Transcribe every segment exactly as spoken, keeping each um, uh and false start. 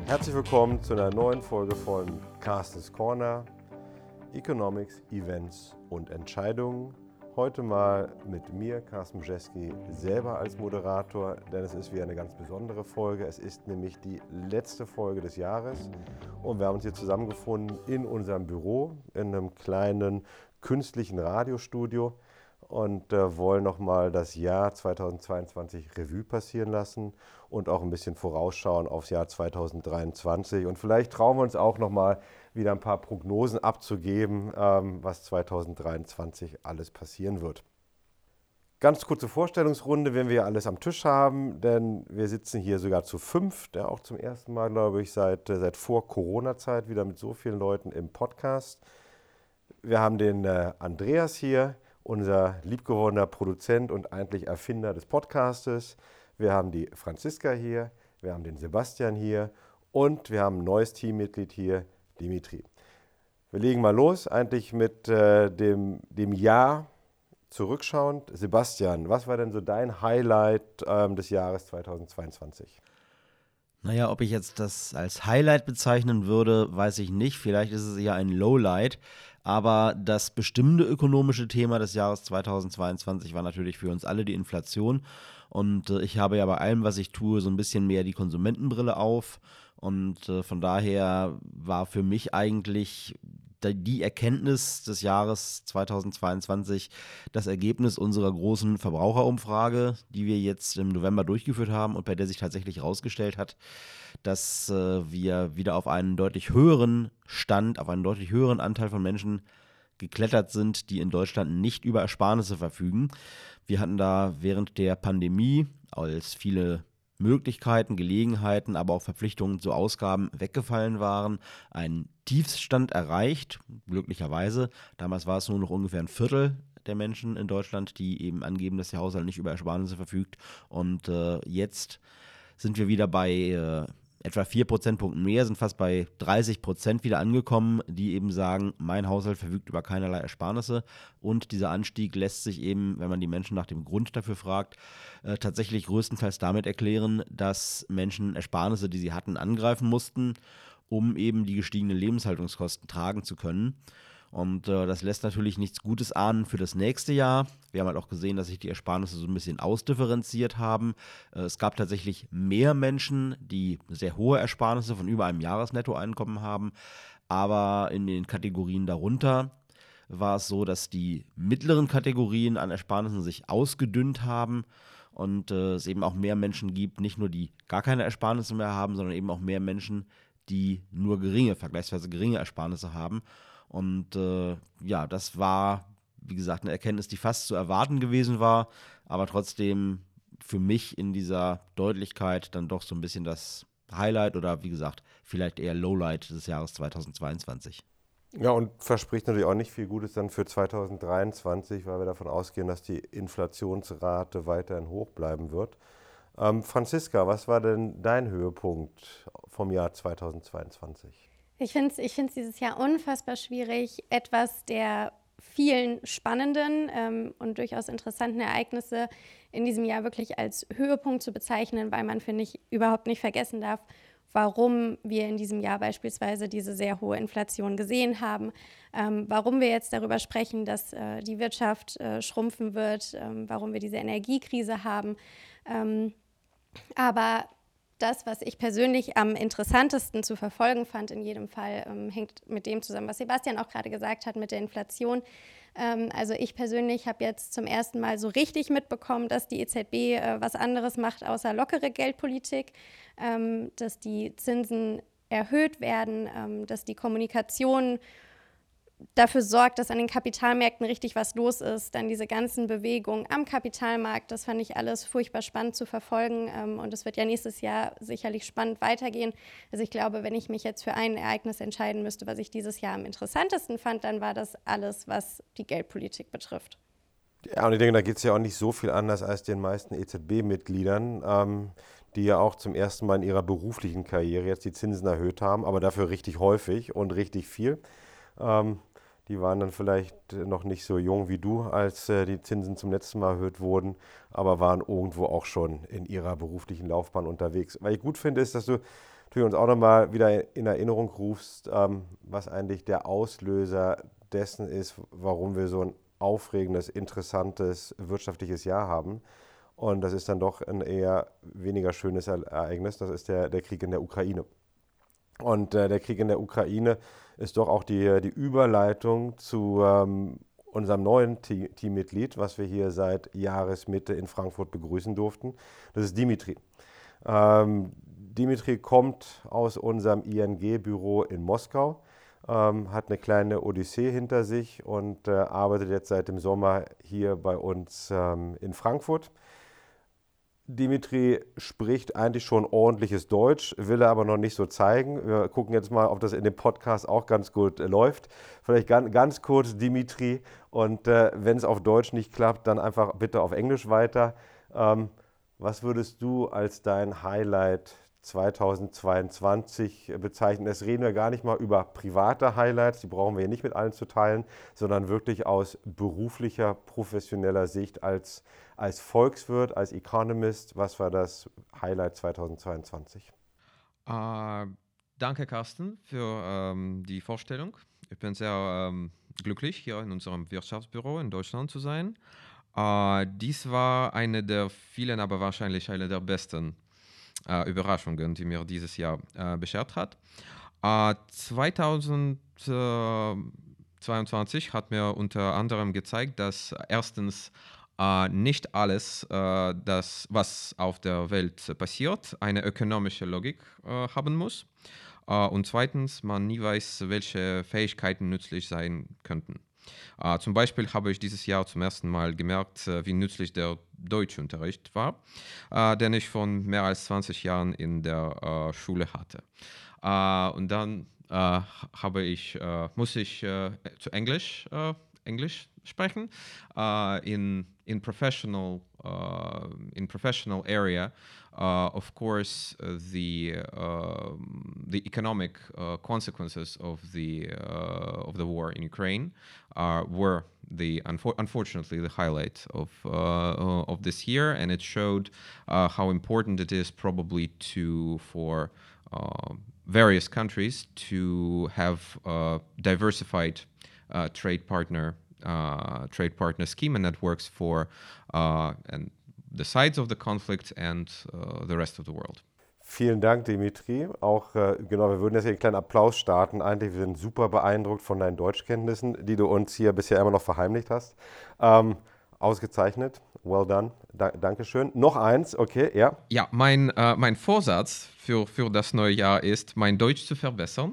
Herzlich willkommen zu einer neuen Folge von Carsten's Corner, Economics, Events und Entscheidungen. Heute mal mit mir, Carsten Brzeski, selber als Moderator, denn es ist wieder eine ganz besondere Folge. Es ist nämlich die letzte Folge des Jahres und wir haben uns hier zusammengefunden in unserem Büro, in einem kleinen künstlichen Radiostudio und äh, wollen nochmal das Jahr zweitausendzweiundzwanzig Revue passieren lassen und auch ein bisschen vorausschauen aufs Jahr zweitausenddreiundzwanzig. Und vielleicht trauen wir uns auch nochmal wieder ein paar Prognosen abzugeben, ähm, was zweitausenddreiundzwanzig alles passieren wird. Ganz kurze Vorstellungsrunde, wenn wir alles am Tisch haben, denn wir sitzen hier sogar zu fünf, der auch zum ersten Mal, glaube ich, seit, seit vor Corona-Zeit wieder mit so vielen Leuten im Podcast. Wir haben den äh, Andreas hier, unser liebgewordener Produzent und eigentlich Erfinder des Podcastes. Wir haben die Franziska hier, wir haben den Sebastian hier und wir haben ein neues Teammitglied hier, Dimitri. Wir legen mal los, eigentlich mit äh, dem, dem Jahr zurückschauend. Sebastian, was war denn so dein Highlight ähm, des Jahres zweitausendzweiundzwanzig? Naja, ob ich jetzt das als Highlight bezeichnen würde, weiß ich nicht. Vielleicht ist es eher ein Lowlight. Aber das bestimmte ökonomische Thema des Jahres zweitausendzweiundzwanzig war natürlich für uns alle die Inflation. Und äh, ich habe ja bei allem, was ich tue, so ein bisschen mehr die Konsumentenbrille auf. Und äh, von daher war für mich eigentlich die Erkenntnis des Jahres zweitausendzweiundzwanzig das Ergebnis unserer großen Verbraucherumfrage, die wir jetzt im November durchgeführt haben und bei der sich tatsächlich herausgestellt hat, dass äh, wir wieder auf einen deutlich höheren Stand, auf einen deutlich höheren Anteil von Menschen geklettert sind, die in Deutschland nicht über Ersparnisse verfügen. Wir hatten da während der Pandemie, als viele Möglichkeiten, Gelegenheiten, aber auch Verpflichtungen zu Ausgaben weggefallen waren, einen Tiefstand erreicht, glücklicherweise. Damals war es nur noch ungefähr ein Viertel der Menschen in Deutschland, die eben angeben, dass der Haushalt nicht über Ersparnisse verfügt. Und äh, jetzt sind wir wieder bei äh, etwa vier Prozentpunkten mehr, sind fast bei dreißig Prozent wieder angekommen, die eben sagen, mein Haushalt verfügt über keinerlei Ersparnisse. Und dieser Anstieg lässt sich eben, wenn man die Menschen nach dem Grund dafür fragt, äh, tatsächlich größtenteils damit erklären, dass Menschen Ersparnisse, die sie hatten, angreifen mussten, um eben die gestiegenen Lebenshaltungskosten tragen zu können. Und äh, das lässt natürlich nichts Gutes ahnen für das nächste Jahr. Wir haben halt auch gesehen, dass sich die Ersparnisse so ein bisschen ausdifferenziert haben. Äh, es gab tatsächlich mehr Menschen, die sehr hohe Ersparnisse von über einem Jahresnettoeinkommen haben. Aber in den Kategorien darunter war es so, dass die mittleren Kategorien an Ersparnissen sich ausgedünnt haben. Und äh, es eben auch mehr Menschen gibt, nicht nur die gar keine Ersparnisse mehr haben, sondern eben auch mehr Menschen, die nur geringe, vergleichsweise geringe Ersparnisse haben. Und äh, ja, das war, wie gesagt, eine Erkenntnis, die fast zu erwarten gewesen war, aber trotzdem für mich in dieser Deutlichkeit dann doch so ein bisschen das Highlight oder wie gesagt, vielleicht eher Lowlight des Jahres zweitausendzweiundzwanzig. Ja, und verspricht natürlich auch nicht viel Gutes dann für zweitausenddreiundzwanzig, weil wir davon ausgehen, dass die Inflationsrate weiterhin hoch bleiben wird. Ähm, Franziska, was war denn dein Höhepunkt vom Jahr zweitausendzweiundzwanzig? Ich finde es ich find's dieses Jahr unfassbar schwierig, etwas der vielen spannenden ähm, und durchaus interessanten Ereignisse in diesem Jahr wirklich als Höhepunkt zu bezeichnen, weil man, finde ich, überhaupt nicht vergessen darf, warum wir in diesem Jahr beispielsweise diese sehr hohe Inflation gesehen haben, ähm, warum wir jetzt darüber sprechen, dass äh, die Wirtschaft äh, schrumpfen wird, ähm, warum wir diese Energiekrise haben. Ähm, aber das, was ich persönlich am interessantesten zu verfolgen fand, in jedem Fall, ähm, hängt mit dem zusammen, was Sebastian auch gerade gesagt hat, mit der Inflation. Ähm, also ich persönlich habe jetzt zum ersten Mal so richtig mitbekommen, dass die E Z B äh, was anderes macht, außer lockere Geldpolitik, ähm, dass die Zinsen erhöht werden, ähm, dass die Kommunikation dafür sorgt, dass an den Kapitalmärkten richtig was los ist. Dann diese ganzen Bewegungen am Kapitalmarkt, das fand ich alles furchtbar spannend zu verfolgen. Ähm, und es wird ja nächstes Jahr sicherlich spannend weitergehen. Also ich glaube, wenn ich mich jetzt für ein Ereignis entscheiden müsste, was ich dieses Jahr am interessantesten fand, dann war das alles, was die Geldpolitik betrifft. Ja, und ich denke, da geht es ja auch nicht so viel anders als den meisten E Z B-Mitgliedern, ähm, die ja auch zum ersten Mal in ihrer beruflichen Karriere jetzt die Zinsen erhöht haben, aber dafür richtig häufig und richtig viel. Ähm, Die waren dann vielleicht noch nicht so jung wie du, als äh, die Zinsen zum letzten Mal erhöht wurden, aber waren irgendwo auch schon in ihrer beruflichen Laufbahn unterwegs. Was ich gut finde, ist, dass du du uns auch nochmal wieder in Erinnerung rufst, ähm, was eigentlich der Auslöser dessen ist, warum wir so ein aufregendes, interessantes wirtschaftliches Jahr haben. Und das ist dann doch ein eher weniger schönes Ereignis. Das ist der, der Krieg in der Ukraine. Und äh, der Krieg in der Ukraine ist doch auch die, die Überleitung zu ähm, unserem neuen Te- Teammitglied, was wir hier seit Jahresmitte in Frankfurt begrüßen durften. Das ist Dimitri. Ähm, Dimitri kommt aus unserem I N G-Büro in Moskau, ähm, hat eine kleine Odyssee hinter sich und äh, arbeitet jetzt seit dem Sommer hier bei uns ähm, in Frankfurt. Dimitri spricht eigentlich schon ordentliches Deutsch, will er aber noch nicht so zeigen. Wir gucken jetzt mal, ob das in dem Podcast auch ganz gut äh, läuft. Vielleicht ganz, ganz kurz, Dimitri, und äh, wenn es auf Deutsch nicht klappt, dann einfach bitte auf Englisch weiter. Ähm, was würdest du als dein Highlight zweitausendzweiundzwanzig bezeichnen? Es reden wir gar nicht mal über private Highlights, die brauchen wir hier nicht mit allen zu teilen, sondern wirklich aus beruflicher, professioneller Sicht als, als Volkswirt, als Economist. Was war das Highlight zweitausendzweiundzwanzig? Äh, danke, Carsten, für ähm, die Vorstellung. Ich bin sehr ähm, glücklich, hier in unserem Wirtschaftsbüro in Deutschland zu sein. Äh, dies war eine der vielen, aber wahrscheinlich eine der besten äh, Überraschungen, die mir dieses Jahr äh, beschert hat. Äh, zweitausendzweiundzwanzig hat mir unter anderem gezeigt, dass erstens äh, nicht alles, äh, das, was auf der Welt passiert, eine ökonomische Logik äh, haben muss. Äh, und zweitens, man nie weiß, welche Fähigkeiten nützlich sein könnten. Uh, zum Beispiel habe ich dieses Jahr zum ersten Mal gemerkt, uh, wie nützlich der Deutschunterricht war, uh, den ich von mehr als zwanzig Jahren in der uh, Schule hatte. Uh, und dann uh, habe ich, uh, muss ich uh, zu Englisch, uh, Englisch sprechen. Uh, in in professional uh, in professional area, uh, of course, uh, the uh, the economic uh, consequences of the uh, of the war in Ukraine uh, were the unfo- unfortunately the highlight of uh, of this year, and it showed uh, how important it is probably to for uh, various countries to have a diversified uh, trade partner. Uh, trade partner scheme, and that works for uh, and the sides of the conflict and uh, the rest of the world. Vielen Dank, Dimitri. Auch, äh, genau, wir würden jetzt hier einen kleinen Applaus starten. Eigentlich, wir sind super beeindruckt von deinen Deutschkenntnissen, die du uns hier bisher immer noch verheimlicht hast. Ähm, ausgezeichnet. Well done. Da- Dankeschön. Noch eins, okay, ja. Ja, mein, äh, mein Vorsatz für, für das neue Jahr ist, mein Deutsch zu verbessern.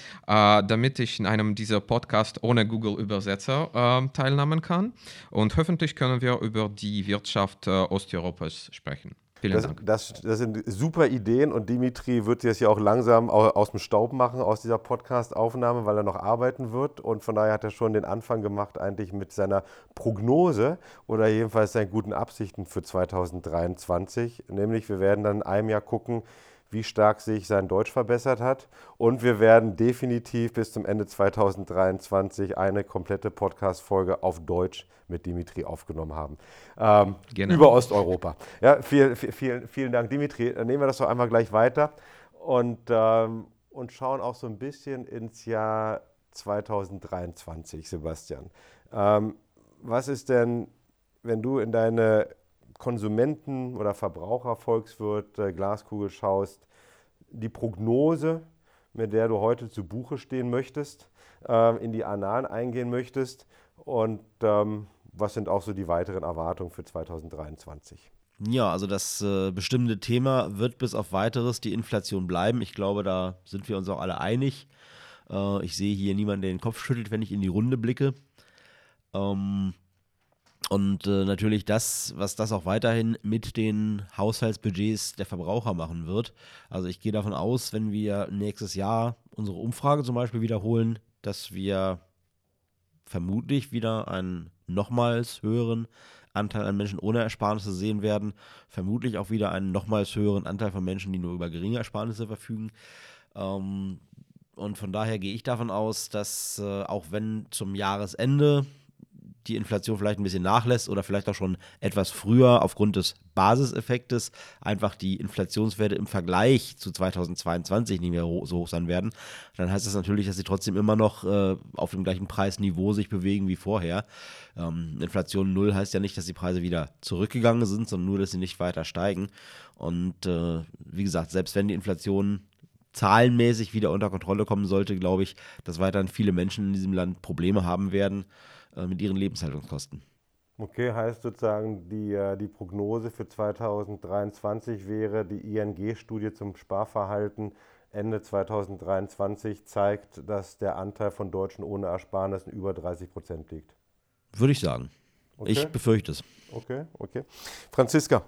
Uh, damit ich in einem dieser Podcasts ohne Google-Übersetzer uh, teilnehmen kann. Und hoffentlich können wir über die Wirtschaft uh, Osteuropas sprechen. Vielen Das, Dank. das, das sind super Ideen und Dimitri wird jetzt ja auch langsam aus dem Staub machen, aus dieser Podcast-Aufnahme, weil er noch arbeiten wird. Und von daher hat er schon den Anfang gemacht, eigentlich mit seiner Prognose oder jedenfalls seinen guten Absichten für zweitausenddreiundzwanzig. Nämlich, wir werden dann in einem Jahr gucken, wie stark sich sein Deutsch verbessert hat. Und wir werden definitiv bis zum Ende zweitausenddreiundzwanzig eine komplette Podcast-Folge auf Deutsch mit Dimitri aufgenommen haben. Ähm, Genau. Über Osteuropa. Ja, viel, viel, vielen, vielen Dank, Dimitri. Dann nehmen wir das doch einmal gleich weiter und, ähm, und schauen auch so ein bisschen ins Jahr zweitausenddreiundzwanzig, Sebastian. Ähm, was ist denn, wenn du in deine Konsumenten- oder Verbrauchervolkswirt äh, Glaskugel schaust, die Prognose, mit der du heute zu Buche stehen möchtest, äh, in die Annalen eingehen möchtest und ähm, was sind auch so die weiteren Erwartungen für zweitausenddreiundzwanzig? Ja, also das äh, bestimmte Thema wird bis auf weiteres die Inflation bleiben. Ich glaube, da sind wir uns auch alle einig. Äh, ich sehe hier niemanden, der den Kopf schüttelt, wenn ich in die Runde blicke. Ähm, Und äh, natürlich das, was das auch weiterhin mit den Haushaltsbudgets der Verbraucher machen wird. Also ich gehe davon aus, wenn wir nächstes Jahr unsere Umfrage zum Beispiel wiederholen, dass wir vermutlich wieder einen nochmals höheren Anteil an Menschen ohne Ersparnisse sehen werden. Vermutlich auch wieder einen nochmals höheren Anteil von Menschen, die nur über geringe Ersparnisse verfügen. Ähm, und von daher gehe ich davon aus, dass äh, auch wenn zum Jahresende die Inflation vielleicht ein bisschen nachlässt oder vielleicht auch schon etwas früher aufgrund des Basiseffektes einfach die Inflationswerte im Vergleich zu zweitausendzweiundzwanzig nicht mehr ho- so hoch sein werden, dann heißt das natürlich, dass sie trotzdem immer noch äh, auf dem gleichen Preisniveau sich bewegen wie vorher. Ähm, Inflation null heißt ja nicht, dass die Preise wieder zurückgegangen sind, sondern nur, dass sie nicht weiter steigen. Und äh, wie gesagt, selbst wenn die Inflation zahlenmäßig wieder unter Kontrolle kommen sollte, glaube ich, dass weiterhin viele Menschen in diesem Land Probleme haben werden äh, mit ihren Lebenshaltungskosten. Okay, heißt sozusagen, die, äh, die Prognose für zweitausenddreiundzwanzig wäre, die I N G-Studie zum Sparverhalten Ende zweitausenddreiundzwanzig zeigt, dass der Anteil von Deutschen ohne Ersparnissen über dreißig Prozent liegt. Würde ich sagen. Okay. Ich befürchte es. Okay, okay. Franziska,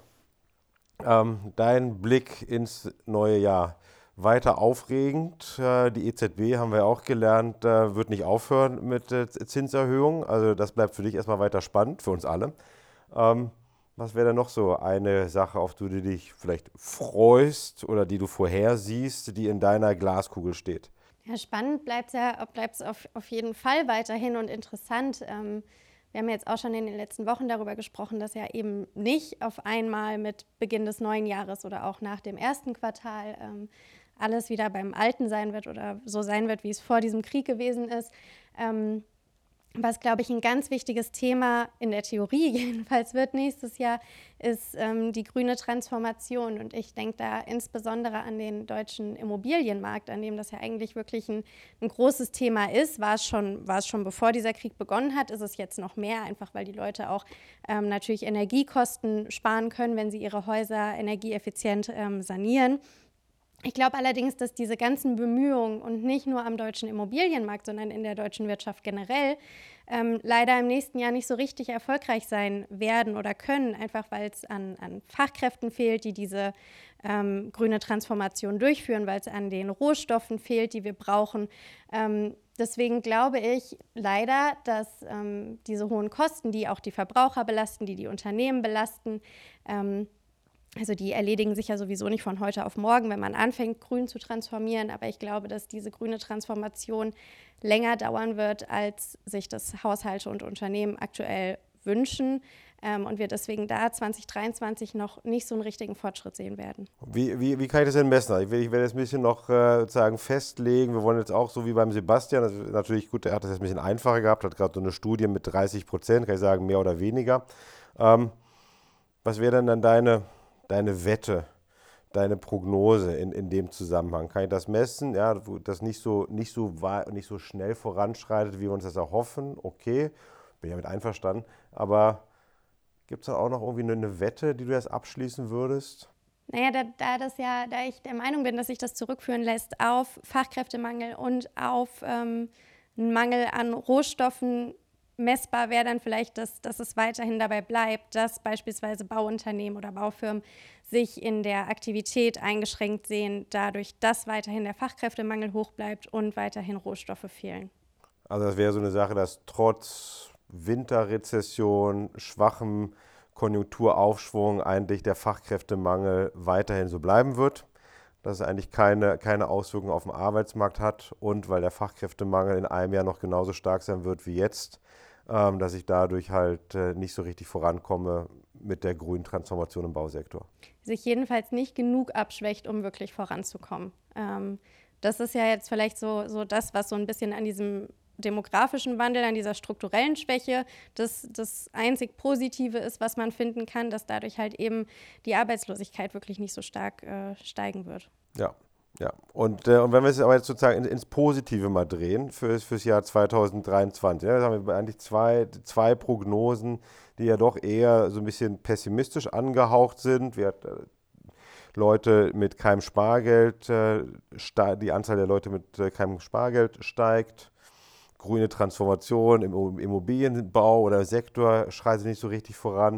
ähm, dein Blick ins neue Jahr. Weiter aufregend. Äh, die E Z B, haben wir ja auch gelernt, äh, wird nicht aufhören mit äh, Zinserhöhungen. Also das bleibt für dich erstmal weiter spannend, für uns alle. Ähm, was wäre denn noch so eine Sache, auf die du dich vielleicht freust oder die du vorhersiehst, die in deiner Glaskugel steht? Ja, spannend bleibt es ja, bleibt es auf, auf jeden Fall weiterhin und interessant. Ähm, wir haben jetzt auch schon in den letzten Wochen darüber gesprochen, dass ja eben nicht auf einmal mit Beginn des neuen Jahres oder auch nach dem ersten Quartal ähm, alles wieder beim Alten sein wird oder so sein wird, wie es vor diesem Krieg gewesen ist. Ähm, was, glaube ich, ein ganz wichtiges Thema in der Theorie jedenfalls wird nächstes Jahr, ist ähm, die grüne Transformation. Und ich denke da insbesondere an den deutschen Immobilienmarkt, an dem das ja eigentlich wirklich ein, ein großes Thema ist. War es schon, war es schon bevor dieser Krieg begonnen hat, ist es jetzt noch mehr, einfach weil die Leute auch ähm, natürlich Energiekosten sparen können, wenn sie ihre Häuser energieeffizient ähm, sanieren. Ich glaube allerdings, dass diese ganzen Bemühungen und nicht nur am deutschen Immobilienmarkt, sondern in der deutschen Wirtschaft generell ähm, leider im nächsten Jahr nicht so richtig erfolgreich sein werden oder können, einfach weil es an, an Fachkräften fehlt, die diese ähm, grüne Transformation durchführen, weil es an den Rohstoffen fehlt, die wir brauchen. Ähm, deswegen glaube ich leider, dass ähm, diese hohen Kosten, die auch die Verbraucher belasten, die die Unternehmen belasten, ähm, Also die erledigen sich ja sowieso nicht von heute auf morgen, wenn man anfängt, grün zu transformieren. Aber ich glaube, dass diese grüne Transformation länger dauern wird, als sich das Haushalte und Unternehmen aktuell wünschen. Ähm, und wir deswegen da zwanzig dreiundzwanzig noch nicht so einen richtigen Fortschritt sehen werden. Wie, wie, wie kann ich das denn messen? Ich will, ich will das ein bisschen noch äh, sozusagen festlegen. Wir wollen jetzt auch so wie beim Sebastian, das ist natürlich gut, er hat das jetzt ein bisschen einfacher gehabt, hat gerade so eine Studie mit dreißig Prozent, kann ich sagen, mehr oder weniger. Ähm, was wäre denn dann deine... deine Wette, deine Prognose in, in dem Zusammenhang? Kann ich das messen? Ja, das nicht so, nicht so, nicht so schnell voranschreitet, wie wir uns das erhoffen. Okay, bin ja mit einverstanden. Aber gibt es da auch noch irgendwie eine Wette, die du jetzt abschließen würdest? Naja, da, da, das ja, da ich der Meinung bin, dass sich das zurückführen lässt auf Fachkräftemangel und auf ähm, einen Mangel an Rohstoffen. Messbar wäre dann vielleicht, dass, dass es weiterhin dabei bleibt, dass beispielsweise Bauunternehmen oder Baufirmen sich in der Aktivität eingeschränkt sehen, dadurch, dass weiterhin der Fachkräftemangel hoch bleibt und weiterhin Rohstoffe fehlen. Also das wäre so eine Sache, dass trotz Winterrezession, schwachem Konjunkturaufschwung eigentlich der Fachkräftemangel weiterhin so bleiben wird, dass es eigentlich keine, keine Auswirkungen auf den Arbeitsmarkt hat und weil der Fachkräftemangel in einem Jahr noch genauso stark sein wird wie jetzt, ähm, dass ich dadurch halt äh, nicht so richtig vorankomme mit der grünen Transformation im Bausektor. Sich jedenfalls nicht genug abschwächt, um wirklich voranzukommen. Ähm, das ist ja jetzt vielleicht so, so das, was so ein bisschen an diesem demografischen Wandel, an dieser strukturellen Schwäche das, das einzig Positive ist, was man finden kann, dass dadurch halt eben die Arbeitslosigkeit wirklich nicht so stark äh, steigen wird. Ja, ja. Und, äh, und wenn wir es aber jetzt sozusagen in, ins Positive mal drehen für das Jahr zweitausenddreiundzwanzig, ja, da haben wir eigentlich zwei, zwei Prognosen, die ja doch eher so ein bisschen pessimistisch angehaucht sind. Wir hatten äh, Leute mit keinem Spargeld, äh, die Anzahl der Leute mit äh, keinem Spargeld steigt. Grüne Transformation im Immobilienbau oder Sektor schreitet nicht so richtig voran.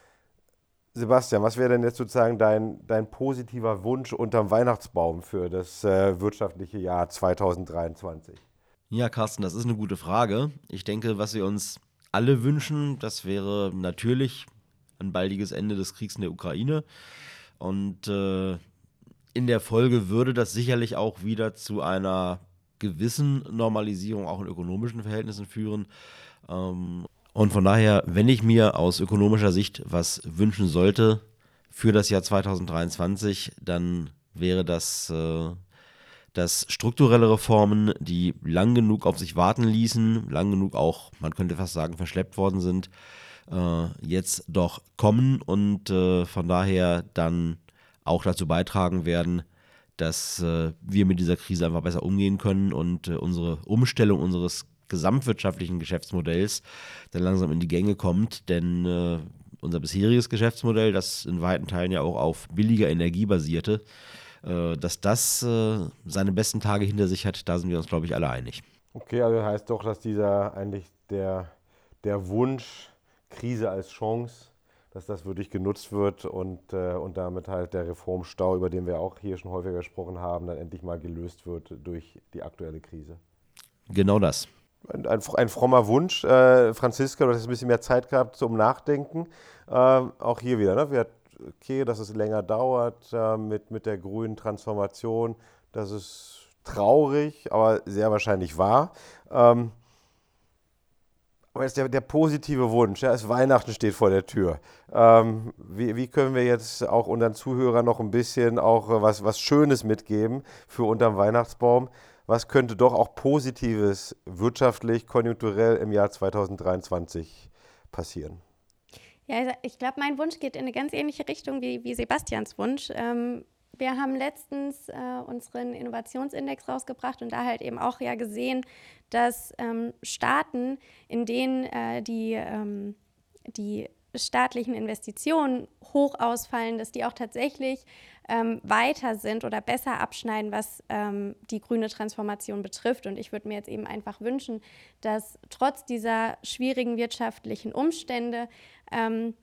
Sebastian, was wäre denn jetzt sozusagen dein, dein positiver Wunsch unterm Weihnachtsbaum für das äh, wirtschaftliche Jahr zweitausenddreiundzwanzig? Ja, Carsten, das ist eine gute Frage. Ich denke, was wir uns alle wünschen, das wäre natürlich ein baldiges Ende des Kriegs in der Ukraine. Und äh, in der Folge würde das sicherlich auch wieder zu einer gewissen Normalisierung auch in ökonomischen Verhältnissen führen. Ähm, Und von daher, wenn ich mir aus ökonomischer Sicht was wünschen sollte für das Jahr zweitausenddreiundzwanzig, dann wäre das, äh, dass strukturelle Reformen, die lang genug auf sich warten ließen, lang genug auch, man könnte fast sagen, verschleppt worden sind, äh, jetzt doch kommen und äh, von daher dann auch dazu beitragen werden, dass äh, wir mit dieser Krise einfach besser umgehen können und äh, unsere Umstellung unseres gesamtwirtschaftlichen Geschäftsmodells dann langsam in die Gänge kommt, denn äh, unser bisheriges Geschäftsmodell, das in weiten Teilen ja auch auf billiger Energie basierte, äh, dass das äh, seine besten Tage hinter sich hat, da sind wir uns, glaube ich, alle einig. Okay, also heißt doch, dass dieser eigentlich der, der Wunsch, Krise als Chance, dass das wirklich genutzt wird und, äh, und damit halt der Reformstau, über den wir auch hier schon häufiger gesprochen haben, dann endlich mal gelöst wird durch die aktuelle Krise. Genau das. Ein, ein, ein frommer Wunsch. Äh, Franziska, du hast ein bisschen mehr Zeit gehabt zum Nachdenken. Ähm, auch hier wieder, ne? Wir, okay, dass es länger dauert äh, mit, mit der grünen Transformation. Das ist traurig, aber sehr wahrscheinlich wahr. Ähm, aber jetzt der, der positive Wunsch, ja, es Weihnachten steht vor der Tür. Ähm, wie, wie können wir jetzt auch unseren Zuhörern noch ein bisschen auch äh, was, was Schönes mitgeben für unterm Weihnachtsbaum? Was könnte doch auch Positives wirtschaftlich, konjunkturell im Jahr zweitausenddreiundzwanzig passieren? Ja, ich glaube, mein Wunsch geht in eine ganz ähnliche Richtung wie, wie Sebastians Wunsch. Ähm, wir haben letztens äh, unseren Innovationsindex rausgebracht und da halt eben auch ja gesehen, dass ähm, Staaten, in denen äh, die, ähm, die staatlichen Investitionen hoch ausfallen, dass die auch tatsächlich ähm, weiter sind oder besser abschneiden, was ähm, die grüne Transformation betrifft. Und ich würde mir jetzt eben einfach wünschen, dass trotz dieser schwierigen wirtschaftlichen Umstände ähm,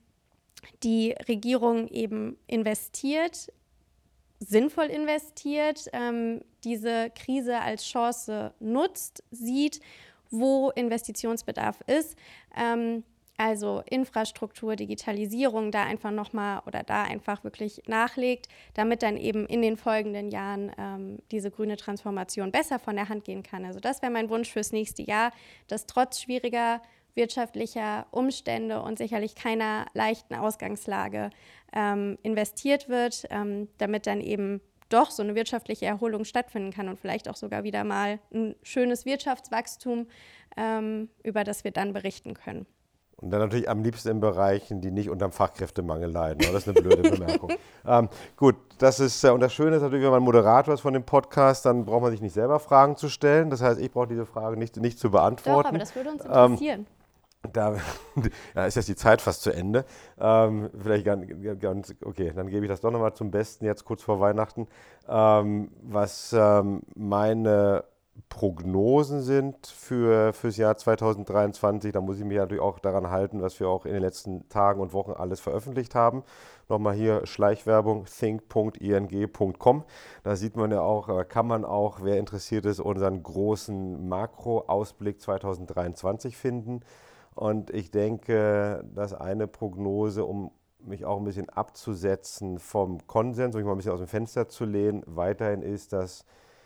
die Regierung eben investiert, sinnvoll investiert, ähm, diese Krise als Chance nutzt, sieht, wo Investitionsbedarf ist. Ähm, Also Infrastruktur, Digitalisierung, da einfach nochmal oder da einfach wirklich nachlegt, damit dann eben in den folgenden Jahren ähm, diese grüne Transformation besser von der Hand gehen kann. Also das wäre mein Wunsch fürs nächste Jahr, dass trotz schwieriger wirtschaftlicher Umstände und sicherlich keiner leichten Ausgangslage ähm, investiert wird, ähm, damit dann eben doch so eine wirtschaftliche Erholung stattfinden kann und vielleicht auch sogar wieder mal ein schönes Wirtschaftswachstum, ähm, über das wir dann berichten können. Und dann natürlich am liebsten in Bereichen, die nicht unter dem Fachkräftemangel leiden. Das ist eine blöde Bemerkung. ähm, gut, das ist, äh, und das Schöne ist natürlich, wenn man Moderator ist von dem Podcast, dann braucht man sich nicht selber Fragen zu stellen. Das heißt, ich brauche diese Frage nicht, nicht zu beantworten. Doch, aber das würde uns interessieren. Ähm, Da ja, ist jetzt die Zeit fast zu Ende. Ähm, vielleicht ganz, ganz, okay, dann gebe ich das doch nochmal zum Besten jetzt kurz vor Weihnachten. Ähm, was ähm, meine Prognosen sind für fürs Jahr zweitausenddreiundzwanzig, da muss ich mich natürlich auch daran halten, was wir auch in den letzten Tagen und Wochen alles veröffentlicht haben. Nochmal hier Schleichwerbung, think punkt i n g punkt com. Da sieht man ja auch, kann man auch, wer interessiert ist, unseren großen Makroausblick zweitausenddreiundzwanzig finden. Und ich denke, dass eine Prognose, um mich auch ein bisschen abzusetzen vom Konsens, um mich mal ein bisschen aus dem Fenster zu lehnen, weiterhin ist, dass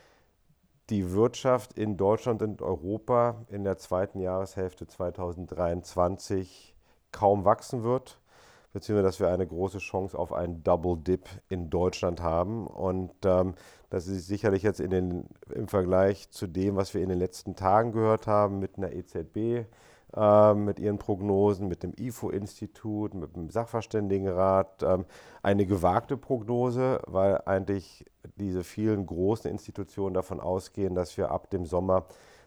die Wirtschaft in Deutschland und Europa in der zweiten Jahreshälfte zweitausenddreiundzwanzig kaum wachsen wird, beziehungsweise dass wir eine große Chance auf einen Double Dip in Deutschland haben. Und ähm, das ist sicherlich jetzt in den, im Vergleich zu dem, was wir in den letzten Tagen gehört haben mit einer E Z B, mit ihren Prognosen, mit dem I F O-Institut, mit dem Sachverständigenrat, ähm, eine gewagte Prognose, weil eigentlich diese vielen großen Institutionen davon ausgehen, dass wir ab dem Sommer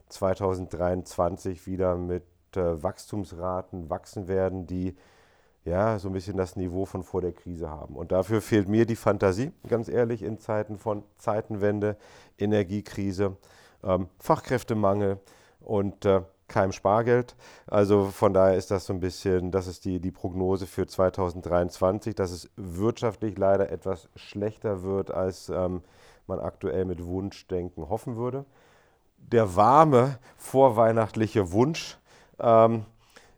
zweitausenddreiundzwanzig wieder mit äh, Wachstumsraten wachsen werden, die ja so ein bisschen das Niveau von vor der Krise haben. Und dafür fehlt mir die Fantasie, ganz ehrlich, in Zeiten von Zeitenwende, Energiekrise, ähm, Fachkräftemangel und äh, kein Spargeld. Also von daher ist das so ein bisschen, das ist die, die Prognose für zweitausenddreiundzwanzig, dass es wirtschaftlich leider etwas schlechter wird, als ähm, man aktuell mit Wunschdenken hoffen würde. Der warme vorweihnachtliche Wunsch ähm,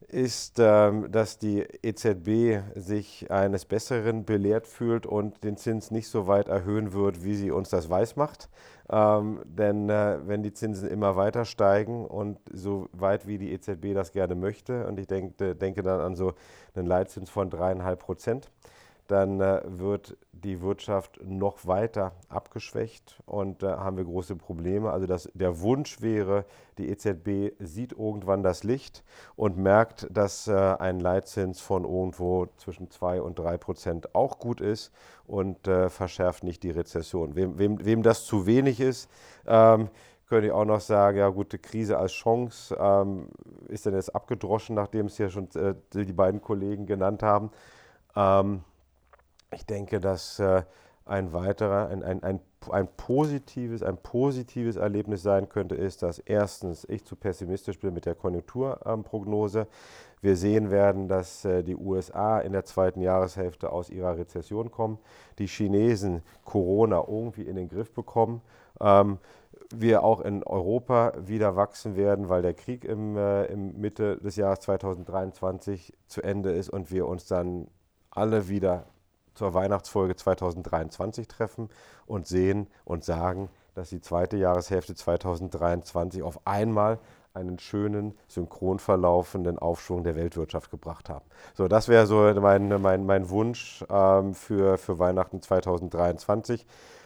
ist, ähm, dass die E Z B sich eines Besseren belehrt fühlt und den Zins nicht so weit erhöhen wird, wie sie uns das weismacht. Ähm, denn äh, wenn die Zinsen immer weiter steigen und so weit wie die E Z B das gerne möchte, und ich denke, denke dann an so einen Leitzins von dreieinhalb Prozent, dann äh, wird die Wirtschaft noch weiter abgeschwächt und da äh, haben wir große Probleme. Also das, der Wunsch wäre, die E Z B sieht irgendwann das Licht und merkt, dass äh, ein Leitzins von irgendwo zwischen zwei und drei Prozent auch gut ist und äh, verschärft nicht die Rezession. Wem, wem, wem das zu wenig ist, ähm, könnte ich auch noch sagen, ja gute Krise als Chance ähm, ist dann jetzt abgedroschen, nachdem es hier schon äh, die beiden Kollegen genannt haben. Ähm, Ich denke, dass äh, ein weiterer, ein, ein, ein, ein, positives, ein positives Erlebnis sein könnte, ist, dass erstens ich zu pessimistisch bin mit der Konjunkturprognose. Wir sehen werden, dass äh, die U S A in der zweiten Jahreshälfte aus ihrer Rezession kommen, die Chinesen Corona irgendwie in den Griff bekommen. Ähm, wir auch in Europa wieder wachsen werden, weil der Krieg im, äh, im Mitte des Jahres zweitausenddreiundzwanzig zu Ende ist und wir uns dann alle wieder zur Weihnachtsfolge zweitausenddreiundzwanzig treffen und sehen und sagen, dass die zweite Jahreshälfte zweitausenddreiundzwanzig auf einmal einen schönen, synchron verlaufenden Aufschwung der Weltwirtschaft gebracht haben. So, das wäre so mein, mein, mein Wunsch ähm, für, für Weihnachten zweitausenddreiundzwanzig.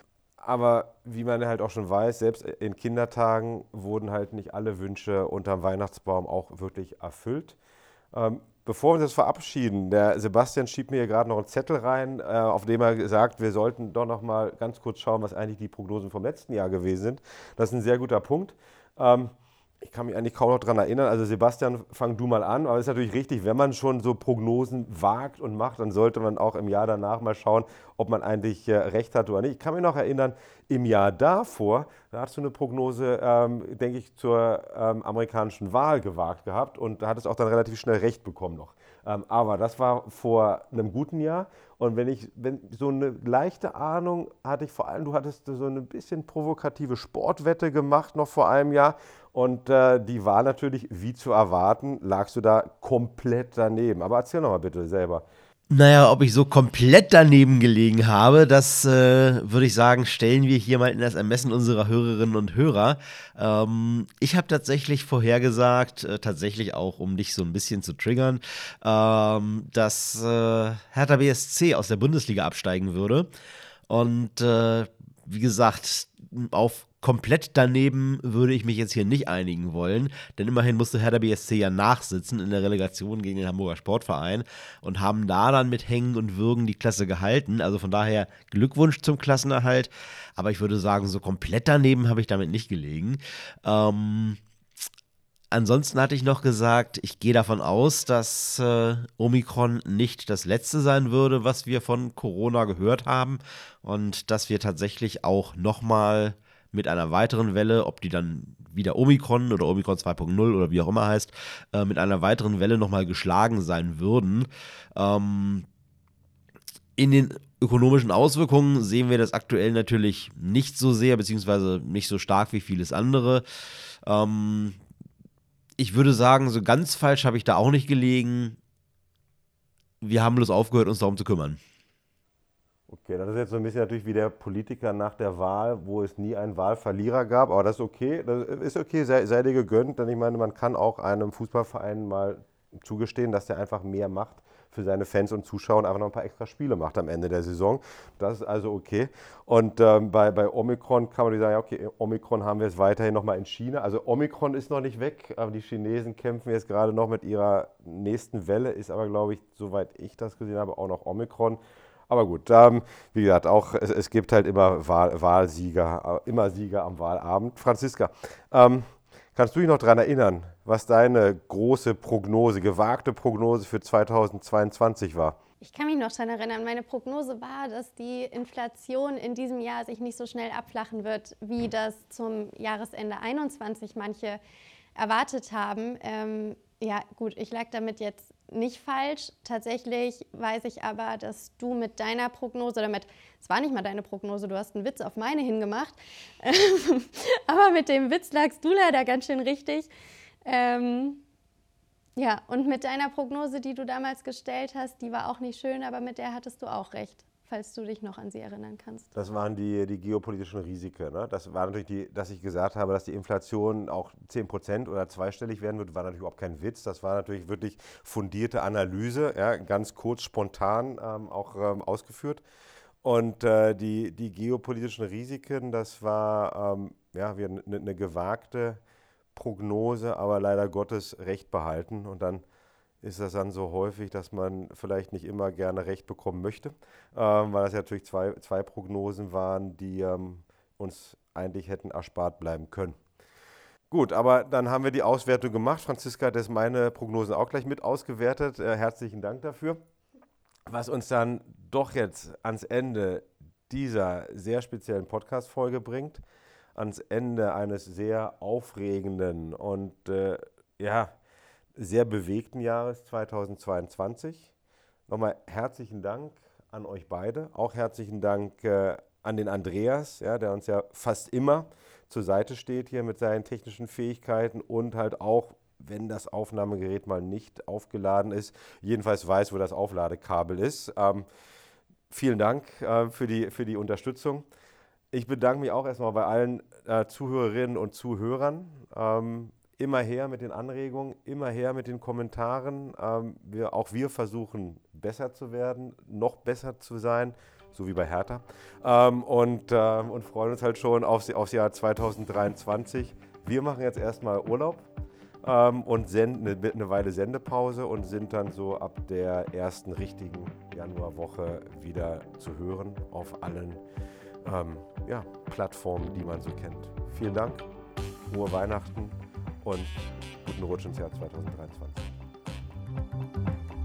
Aber wie man halt auch schon weiß, selbst in Kindertagen wurden halt nicht alle Wünsche unterm Weihnachtsbaum auch wirklich erfüllt. Ähm, Bevor wir uns jetzt verabschieden, der Sebastian schiebt mir hier gerade noch einen Zettel rein, äh, auf dem er sagt, wir sollten doch noch mal ganz kurz schauen, was eigentlich die Prognosen vom letzten Jahr gewesen sind. Das ist ein sehr guter Punkt. Ähm, ich kann mich eigentlich kaum noch daran erinnern. Also Sebastian, fang du mal an. Aber es ist natürlich richtig, wenn man schon so Prognosen wagt und macht, dann sollte man auch im Jahr danach mal schauen, ob man eigentlich äh, recht hat oder nicht. Ich kann mich noch erinnern, im Jahr davor, da hast du eine Prognose, ähm, denke ich, zur ähm, amerikanischen Wahl gewagt gehabt und da hattest auch dann relativ schnell recht bekommen noch. Ähm, aber das war vor einem guten Jahr. Und wenn ich, wenn so eine leichte Ahnung hatte ich vor allem, du hattest so eine bisschen provokative Sportwette gemacht noch vor einem Jahr. Und äh, die war natürlich, wie zu erwarten, lagst du da komplett daneben. Aber erzähl noch mal bitte selber. Naja, ob ich so komplett daneben gelegen habe, das äh, würde ich sagen, stellen wir hier mal in das Ermessen unserer Hörerinnen und Hörer. Ähm, ich habe tatsächlich vorhergesagt, äh, tatsächlich auch, um dich so ein bisschen zu triggern, ähm, dass äh, Hertha B S C aus der Bundesliga absteigen würde. Und äh, wie gesagt, auf komplett daneben würde ich mich jetzt hier nicht einigen wollen, denn immerhin musste Hertha B S C ja nachsitzen in der Relegation gegen den Hamburger Sportverein und haben da dann mit Hängen und Würgen die Klasse gehalten. Also von daher Glückwunsch zum Klassenerhalt, aber ich würde sagen, so komplett daneben habe ich damit nicht gelegen. Ähm, Ansonsten hatte ich noch gesagt, ich gehe davon aus, dass äh, Omikron nicht das letzte sein würde, was wir von Corona gehört haben und dass wir tatsächlich auch nochmal mit einer weiteren Welle, ob die dann wieder Omikron oder Omikron zwei Punkt null oder wie auch immer heißt, äh, mit einer weiteren Welle nochmal geschlagen sein würden. Ähm, in den ökonomischen Auswirkungen sehen wir das aktuell natürlich nicht so sehr, beziehungsweise nicht so stark wie vieles andere. Ähm, Ich würde sagen, so ganz falsch habe ich da auch nicht gelegen. Wir haben bloß aufgehört, uns darum zu kümmern. Okay, das ist jetzt so ein bisschen natürlich wie der Politiker nach der Wahl, wo es nie einen Wahlverlierer gab, aber das ist okay, das ist okay, sei, sei dir gegönnt, denn ich meine, man kann auch einem Fußballverein mal zugestehen, dass der einfach mehr macht für seine Fans und Zuschauer und einfach noch ein paar extra Spiele macht am Ende der Saison. Das ist also okay. Und ähm, bei, bei Omikron kann man sagen, ja okay, Omikron haben wir jetzt weiterhin nochmal in China. Also Omikron ist noch nicht weg, aber die Chinesen kämpfen jetzt gerade noch mit ihrer nächsten Welle, ist aber, glaube ich, soweit ich das gesehen habe, auch noch Omikron. Aber gut, ähm, wie gesagt, auch es, es gibt halt immer Wahl, Wahlsieger, immer Sieger am Wahlabend. Franziska, ähm, kannst du dich noch daran erinnern, was deine große Prognose, gewagte Prognose für zweitausendzweiundzwanzig war? Ich kann mich noch daran erinnern, meine Prognose war, dass die Inflation in diesem Jahr sich nicht so schnell abflachen wird, wie das zum Jahresende einundzwanzig manche erwartet haben. Ähm, ja gut, ich lag damit jetzt nicht falsch. Tatsächlich weiß ich aber, dass du mit deiner Prognose, oder mit, es war nicht mal deine Prognose, du hast einen Witz auf meine hingemacht, aber mit dem Witz lagst du leider ganz schön richtig. Ähm, Ja, und mit deiner Prognose, die du damals gestellt hast, die war auch nicht schön, aber mit der hattest du auch recht, falls du dich noch an sie erinnern kannst. Das waren die, die geopolitischen Risiken. Ne? Das war natürlich, die, dass ich gesagt habe, dass die Inflation auch zehn Prozent oder zweistellig werden wird, war natürlich überhaupt kein Witz. Das war natürlich wirklich fundierte Analyse, ja, ganz kurz, spontan ähm, auch ähm, ausgeführt. Und äh, die, die geopolitischen Risiken, das war ähm, ja, eine, eine gewagte Prognose, aber leider Gottes Recht behalten. Und dann ist das dann so häufig, dass man vielleicht nicht immer gerne Recht bekommen möchte, ähm, weil das ja natürlich zwei, zwei Prognosen waren, die ähm, uns eigentlich hätten erspart bleiben können. Gut, aber dann haben wir die Auswertung gemacht. Franziska hat jetzt meine Prognosen auch gleich mit ausgewertet. Äh, herzlichen Dank dafür. Was uns dann doch jetzt ans Ende dieser sehr speziellen Podcast-Folge bringt, ans Ende eines sehr aufregenden und äh, ja, sehr bewegten Jahres zweitausendzweiundzwanzig. Nochmal herzlichen Dank an euch beide. Auch herzlichen Dank äh, an den Andreas, ja, der uns ja fast immer zur Seite steht hier mit seinen technischen Fähigkeiten und halt auch, wenn das Aufnahmegerät mal nicht aufgeladen ist, jedenfalls weiß, wo das Aufladekabel ist. Ähm, vielen Dank äh, für die, für die Unterstützung. Ich bedanke mich auch erstmal bei allen äh, Zuhörerinnen und Zuhörern. Ähm, immer her mit den Anregungen, immer her mit den Kommentaren. Ähm, wir, auch wir versuchen, besser zu werden, noch besser zu sein, so wie bei Hertha. Ähm, und, ähm, und freuen uns halt schon aufs, aufs Jahr zweitausenddreiundzwanzig. Wir machen jetzt erstmal Urlaub ähm, und senden eine, eine Weile Sendepause und sind dann so ab der ersten richtigen Januarwoche wieder zu hören auf allen Ähm, ja, Plattformen, die man so kennt. Vielen Dank, frohe Weihnachten und guten Rutsch ins Jahr zweitausenddreiundzwanzig.